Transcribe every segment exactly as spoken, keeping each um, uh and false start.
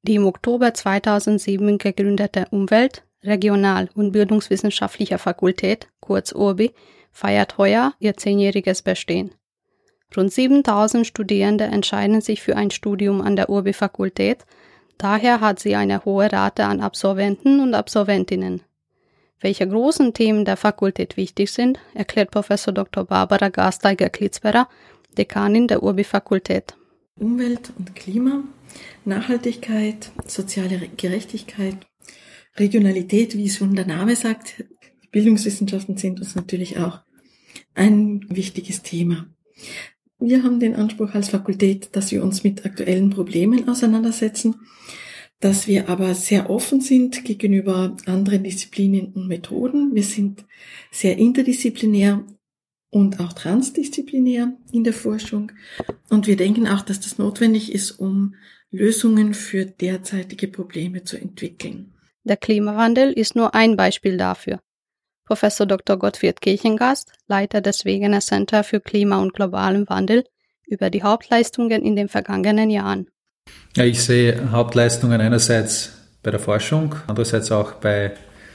Die im Oktober zweitausendsieben gegründete Umwelt-, Regional- und Bildungswissenschaftliche Fakultät, kurz U R B I, feiert heuer ihr zehnjähriges Bestehen. Rund siebentausend Studierende entscheiden sich für ein Studium an der U R B I-Fakultät, daher hat sie eine hohe Rate an Absolventen und Absolventinnen. Welche großen Themen der Fakultät wichtig sind, erklärt Professor Doktor Barbara Gasteiger-Klitzberger, Dekanin der U R B I-Fakultät. Umwelt und Klima, Nachhaltigkeit, soziale Gerechtigkeit, Regionalität, wie es schon der Name sagt. Die Bildungswissenschaften sind uns natürlich auch ein wichtiges Thema. Wir haben den Anspruch als Fakultät, dass wir uns mit aktuellen Problemen auseinandersetzen, dass wir aber sehr offen sind gegenüber anderen Disziplinen und Methoden. Wir sind sehr interdisziplinär und auch transdisziplinär in der Forschung. Und wir denken auch, dass das notwendig ist, um Lösungen für derzeitige Probleme zu entwickeln. Der Klimawandel ist nur ein Beispiel dafür. Professor Doktor Gottfried Kirchengast, Leiter des Wegener Center für Klima und globalen Wandel, über die Hauptleistungen in den vergangenen Jahren. Ja, ich sehe Hauptleistungen einerseits bei der Forschung, andererseits auch bei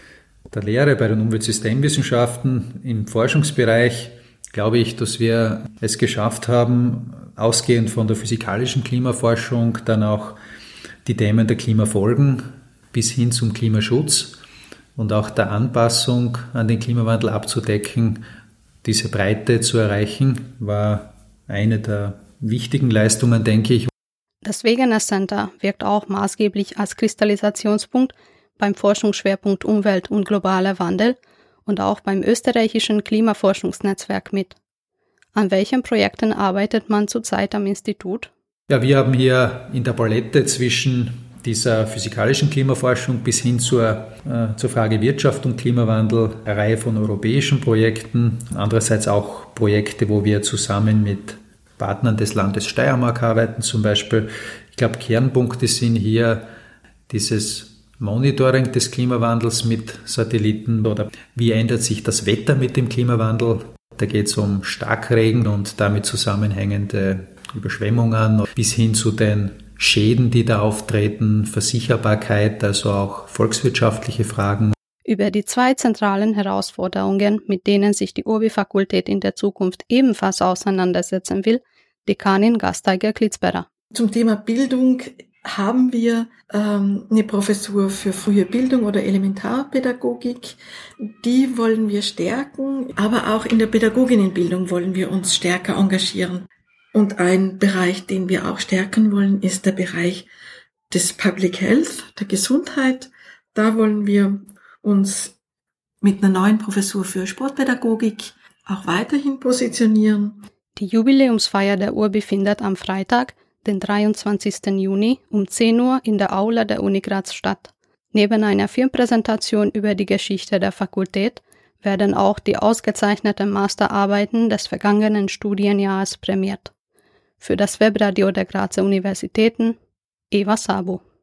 der Lehre, bei den Umweltsystemwissenschaften. Im Forschungsbereich glaube ich, dass wir es geschafft haben, ausgehend von der physikalischen Klimaforschung dann auch die Themen der Klimafolgen bis hin zum Klimaschutz und auch der Anpassung an den Klimawandel abzudecken. Diese Breite zu erreichen, war eine der wichtigen Leistungen, denke ich. Das Wegener Center wirkt auch maßgeblich als Kristallisationspunkt beim Forschungsschwerpunkt Umwelt und globaler Wandel und auch beim österreichischen Klimaforschungsnetzwerk mit. An welchen Projekten arbeitet man zurzeit am Institut? Ja, wir haben hier in der Palette zwischen dieser physikalischen Klimaforschung bis hin zur, äh, zur Frage Wirtschaft und Klimawandel eine Reihe von europäischen Projekten, andererseits auch Projekte, wo wir zusammen mit Partnern des Landes Steiermark arbeiten zum Beispiel. Ich glaube, Kernpunkte sind hier dieses Monitoring des Klimawandels mit Satelliten oder wie ändert sich das Wetter mit dem Klimawandel. Da geht es um Starkregen und damit zusammenhängende Überschwemmungen bis hin zu den Schäden, die da auftreten, Versicherbarkeit, also auch volkswirtschaftliche Fragen. Über die zwei zentralen Herausforderungen, mit denen sich die U R B I-Fakultät in der Zukunft ebenfalls auseinandersetzen will, Dekanin Gasteiger-Klitzberger. Zum Thema Bildung haben wir ähm, eine Professur für frühe Bildung oder Elementarpädagogik. Die wollen wir stärken, aber auch in der Pädagoginnenbildung wollen wir uns stärker engagieren. Und ein Bereich, den wir auch stärken wollen, ist der Bereich des Public Health, der Gesundheit. Da wollen wir uns mit einer neuen Professur für Sportpädagogik auch weiterhin positionieren. Die Jubiläumsfeier der U R B I findet am Freitag, den dreiundzwanzigsten Juni um zehn Uhr in der Aula der Uni Graz statt. Neben einer Filmpräsentation über die Geschichte der Fakultät werden auch die ausgezeichneten Masterarbeiten des vergangenen Studienjahres prämiert. Für das Webradio der Grazer Universitäten, Eva Sabo.